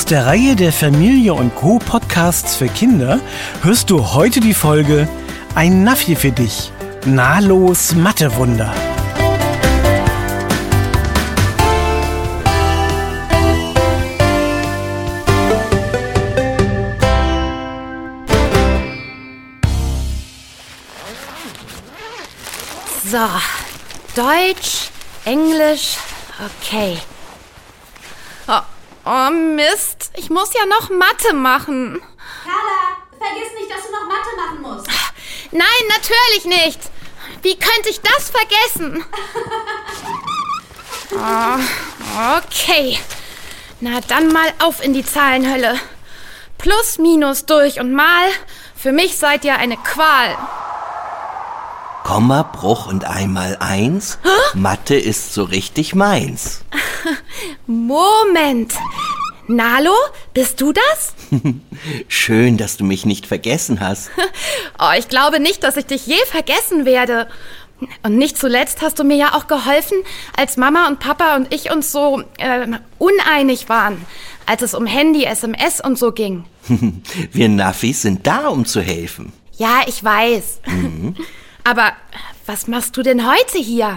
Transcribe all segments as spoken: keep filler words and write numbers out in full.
Aus der Reihe der Familie und Co. Podcasts für Kinder hörst du heute die Folge Ein Naffi für dich. Nalos Mathewunder. So, Deutsch, Englisch, okay. Oh, oh Mist, ich muss ja noch Mathe machen. Carla, vergiss nicht, dass du noch Mathe machen musst. Nein, natürlich nicht. Wie könnte ich das vergessen? Oh, okay. Na dann mal auf in die Zahlenhölle. Plus, Minus, durch und mal. Für mich seid ihr eine Qual. Komma, Bruch und einmal eins. Hä? Mathe ist so richtig meins. Moment. Nalo, bist du das? Schön, dass du mich nicht vergessen hast. Oh, ich glaube nicht, dass ich dich je vergessen werde. Und nicht zuletzt hast du mir ja auch geholfen, als Mama und Papa und ich uns so äh, uneinig waren, als es um Handy, S M S und so ging. Wir Naffis sind da, um zu helfen. Ja, ich weiß. Mhm. Aber was machst du denn heute hier?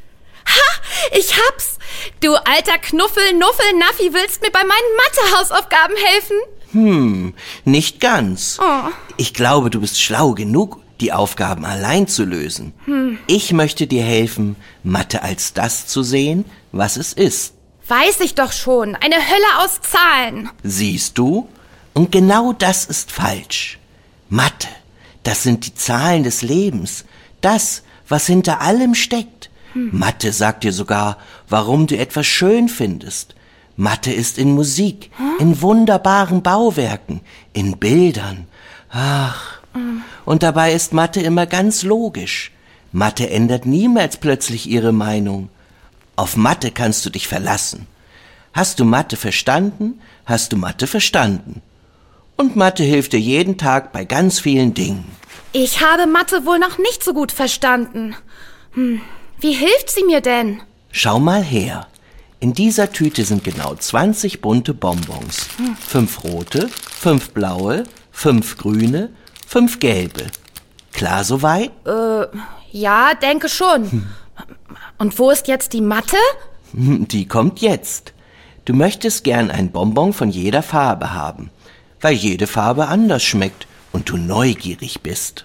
Ha, ich hab's! Du alter Knuffel, Nuffel, Naffi, willst mir bei meinen Mathe-Hausaufgaben helfen? Hm, nicht ganz. Oh. Ich glaube, du bist schlau genug, die Aufgaben allein zu lösen. Hm. Ich möchte dir helfen, Mathe als das zu sehen, was es ist. Weiß ich doch schon. Eine Hölle aus Zahlen. Siehst du? Und genau das ist falsch. Mathe, das sind die Zahlen des Lebens. Das, was hinter allem steckt. Hm. Mathe sagt dir sogar, warum du etwas schön findest. Mathe ist in Musik, hm? in wunderbaren Bauwerken, in Bildern. Ach, hm. Und dabei ist Mathe immer ganz logisch. Mathe ändert niemals plötzlich ihre Meinung. Auf Mathe kannst du dich verlassen. Hast du Mathe verstanden, hast du Mathe verstanden. Und Mathe hilft dir jeden Tag bei ganz vielen Dingen. Ich habe Mathe wohl noch nicht so gut verstanden. Hm, wie hilft sie mir denn? Schau mal her. In dieser Tüte sind genau zwanzig bunte Bonbons. Hm. Fünf rote, fünf blaue, fünf grüne, fünf gelbe. Klar soweit? Äh, ja, denke schon. Hm. Und wo ist jetzt die Mathe? Die kommt jetzt. Du möchtest gern ein Bonbon von jeder Farbe haben, weil jede Farbe anders schmeckt. Und du neugierig bist.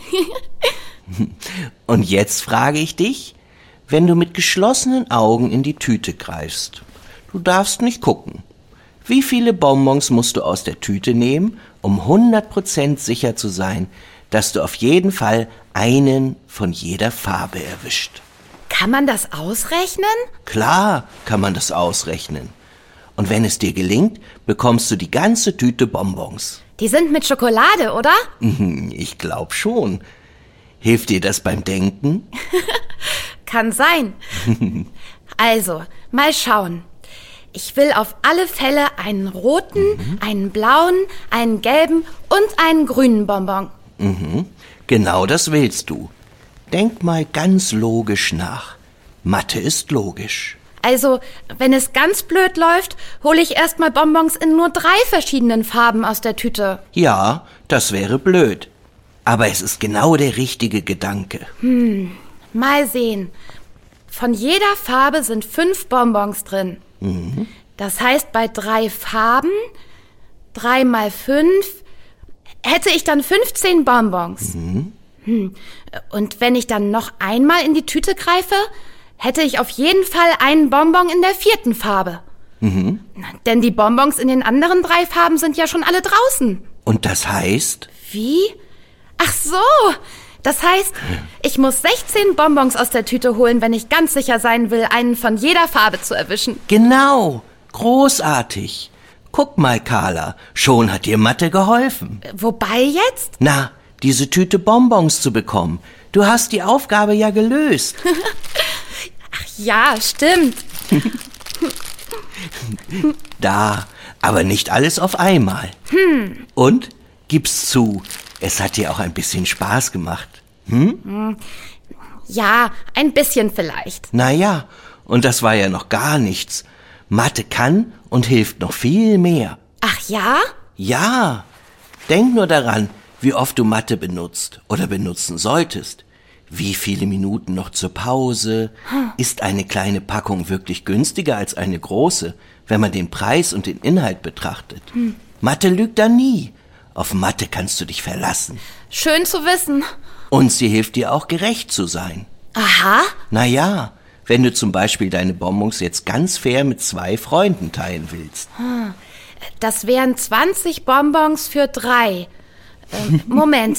Und jetzt frage ich dich, wenn du mit geschlossenen Augen in die Tüte greifst, du darfst nicht gucken, wie viele Bonbons musst du aus der Tüte nehmen, um hundert Prozent sicher zu sein, dass du auf jeden Fall einen von jeder Farbe erwischt? Kann man das ausrechnen? Klar kann man das ausrechnen. Und wenn es dir gelingt, bekommst du die ganze Tüte Bonbons. Die sind mit Schokolade, oder? Ich glaub schon. Hilft dir das beim Denken? Kann sein. Also, mal schauen. Ich will auf alle Fälle einen roten, mhm. einen blauen, einen gelben und einen grünen Bonbon. Mhm. Genau das willst du. Denk mal ganz logisch nach. Mathe ist logisch. Also, wenn es ganz blöd läuft, hole ich erstmal Bonbons in nur drei verschiedenen Farben aus der Tüte. Ja, das wäre blöd. Aber es ist genau der richtige Gedanke. Hm, mal sehen. Von jeder Farbe sind fünf Bonbons drin. Mhm. Das heißt, bei drei Farben, drei mal fünf, hätte ich dann fünfzehn Bonbons. Mhm. Hm. Und wenn ich dann noch einmal in die Tüte greife, hätte ich auf jeden Fall einen Bonbon in der vierten Farbe. Mhm. Denn die Bonbons in den anderen drei Farben sind ja schon alle draußen. Und das heißt? Wie? Ach so, das heißt, ich muss sechzehn Bonbons aus der Tüte holen, wenn ich ganz sicher sein will, einen von jeder Farbe zu erwischen. Genau, großartig. Guck mal, Carla, schon hat dir Mathe geholfen. Wobei jetzt? Na, diese Tüte Bonbons zu bekommen. Du hast die Aufgabe ja gelöst. Ach ja, stimmt. Da, aber nicht alles auf einmal. Hm. Und? Gib's zu, es hat dir auch ein bisschen Spaß gemacht. Hm? Ja, ein bisschen vielleicht. Na ja, und das war ja noch gar nichts. Mathe kann und hilft noch viel mehr. Ach ja? Ja, denk nur daran, wie oft du Mathe benutzt oder benutzen solltest. Wie viele Minuten noch zur Pause? Hm. Ist eine kleine Packung wirklich günstiger als eine große, wenn man den Preis und den Inhalt betrachtet? Hm. Mathe lügt da nie. Auf Mathe kannst du dich verlassen. Schön zu wissen. Und sie hilft dir auch, gerecht zu sein. Aha. Na ja, wenn du zum Beispiel deine Bonbons jetzt ganz fair mit zwei Freunden teilen willst. Hm. Das wären zwanzig Bonbons für drei. Äh, Moment.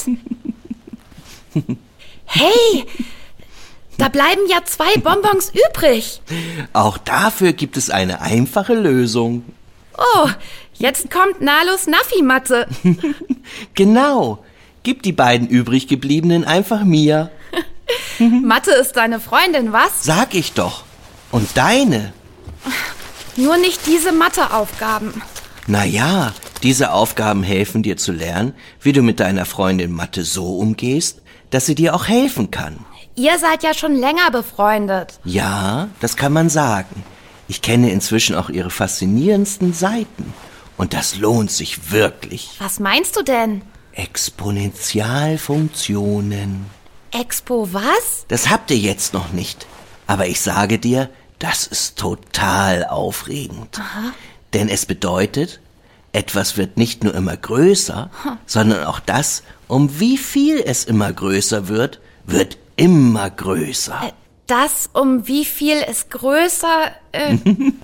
Hey, da bleiben ja zwei Bonbons übrig. Auch dafür gibt es eine einfache Lösung. Oh, jetzt kommt Nalos Naffi-Matte. Genau. Gib die beiden übrig gebliebenen einfach mir. Mathe ist deine Freundin, was? Sag ich doch. Und deine? Nur nicht diese Matheaufgaben. Na ja, diese Aufgaben helfen dir zu lernen, wie du mit deiner Freundin Mathe so umgehst, dass sie dir auch helfen kann. Ihr seid ja schon länger befreundet. Ja, das kann man sagen. Ich kenne inzwischen auch ihre faszinierendsten Seiten. Und das lohnt sich wirklich. Was meinst du denn? Exponentialfunktionen. Expo was? Das habt ihr jetzt noch nicht. Aber ich sage dir, das ist total aufregend. Aha. Denn es bedeutet, etwas wird nicht nur immer größer, hm. sondern auch das, um wie viel es immer größer wird, wird immer größer. Äh, das, um wie viel es größer... Äh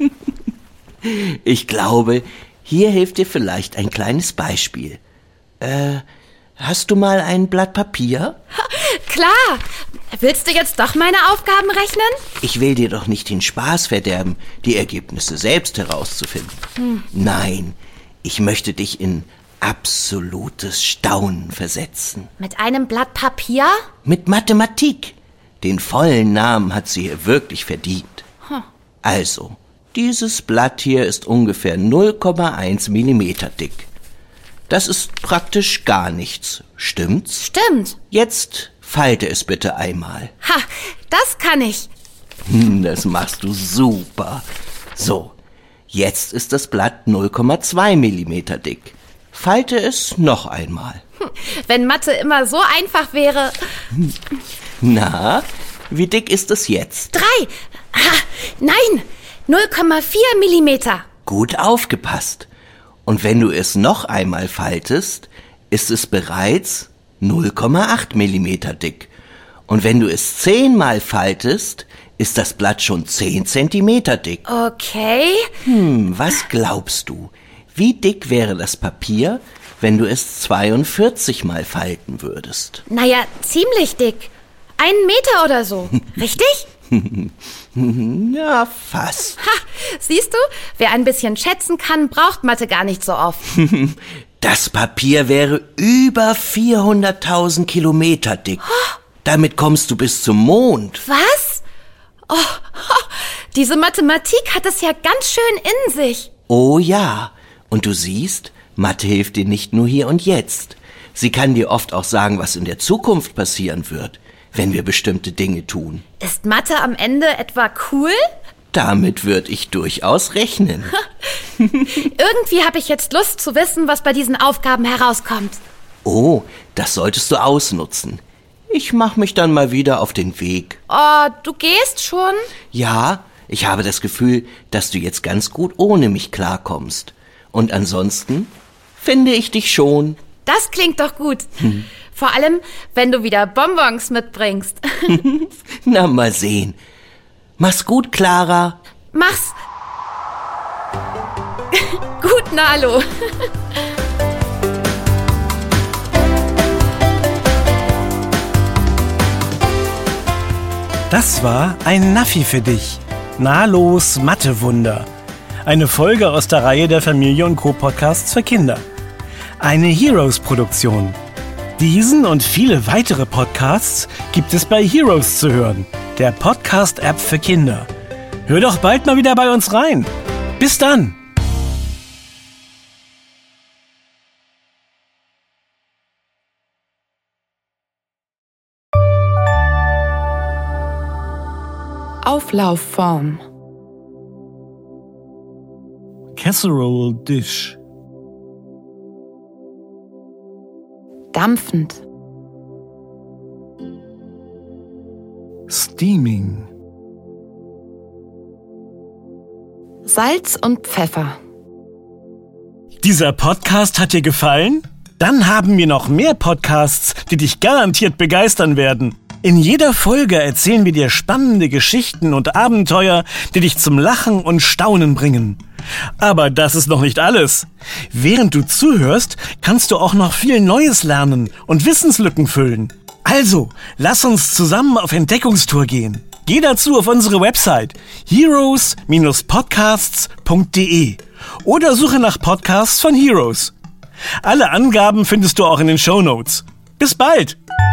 Ich glaube, hier hilft dir vielleicht ein kleines Beispiel. Äh, hast du mal ein Blatt Papier? Klar. Willst du jetzt doch meine Aufgaben rechnen? Ich will dir doch nicht den Spaß verderben, die Ergebnisse selbst herauszufinden. Hm. Nein, ich möchte dich in absolutes Staunen versetzen. Mit einem Blatt Papier? Mit Mathematik. Den vollen Namen hat sie hier wirklich verdient. Hm. Also, dieses Blatt hier ist ungefähr null Komma eins Millimeter dick. Das ist praktisch gar nichts. Stimmt's? Stimmt. Jetzt falte es bitte einmal. Ha, das kann ich. Das machst du super. So, jetzt ist das Blatt null Komma zwei Millimeter dick. Falte es noch einmal. Wenn Mathe immer so einfach wäre. Na, wie dick ist es jetzt? Drei. Ha, nein, null Komma vier Millimeter. Gut aufgepasst. Und wenn du es noch einmal faltest, ist es bereits null Komma acht Millimeter dick. Und wenn du es zehnmal faltest, ist das Blatt schon zehn Zentimeter dick. Okay. Hm, was glaubst du? Wie dick wäre das Papier, wenn du es zweiundvierzig Mal falten würdest? Naja, ziemlich dick. Einen Meter oder so. Richtig? Ja, fast. Ha, siehst du? Wer ein bisschen schätzen kann, braucht Mathe gar nicht so oft. Das Papier wäre über vierhunderttausend Kilometer dick. Oh. Damit kommst du bis zum Mond. Was? Oh, oh, diese Mathematik hat es ja ganz schön in sich. Oh ja. Und du siehst, Mathe hilft dir nicht nur hier und jetzt. Sie kann dir oft auch sagen, was in der Zukunft passieren wird, wenn wir bestimmte Dinge tun. Ist Mathe am Ende etwa cool? Damit würde ich durchaus rechnen. Irgendwie habe ich jetzt Lust zu wissen, was bei diesen Aufgaben herauskommt. Oh, das solltest du ausnutzen. Ich mache mich dann mal wieder auf den Weg. Oh, du gehst schon? Ja, ich habe das Gefühl, dass du jetzt ganz gut ohne mich klarkommst. Und ansonsten finde ich dich schon. Das klingt doch gut. Hm. Vor allem, wenn du wieder Bonbons mitbringst. Na, mal sehen. Mach's gut, Clara. Mach's. Gut, Nalo. Das war ein Naffi für dich. Nalos Mathewunder. Eine Folge aus der Reihe der Familie und Co. Podcasts für Kinder. Eine Heroes-Produktion. Diesen und viele weitere Podcasts gibt es bei Heroes zu hören, der Podcast-App für Kinder. Hör doch bald mal wieder bei uns rein. Bis dann! Auflaufform. Casserole Dish. dampfend. Steaming. Salz und Pfeffer. Dieser Podcast hat dir gefallen? Dann haben wir noch mehr Podcasts, die dich garantiert begeistern werden. In jeder Folge erzählen wir dir spannende Geschichten und Abenteuer, die dich zum Lachen und Staunen bringen. Aber das ist noch nicht alles. Während du zuhörst, kannst du auch noch viel Neues lernen und Wissenslücken füllen. Also, lass uns zusammen auf Entdeckungstour gehen. Geh dazu auf unsere Website heroes Bindestrich podcasts Punkt de oder suche nach Podcasts von Heroes. Alle Angaben findest du auch in den Shownotes. Bis bald!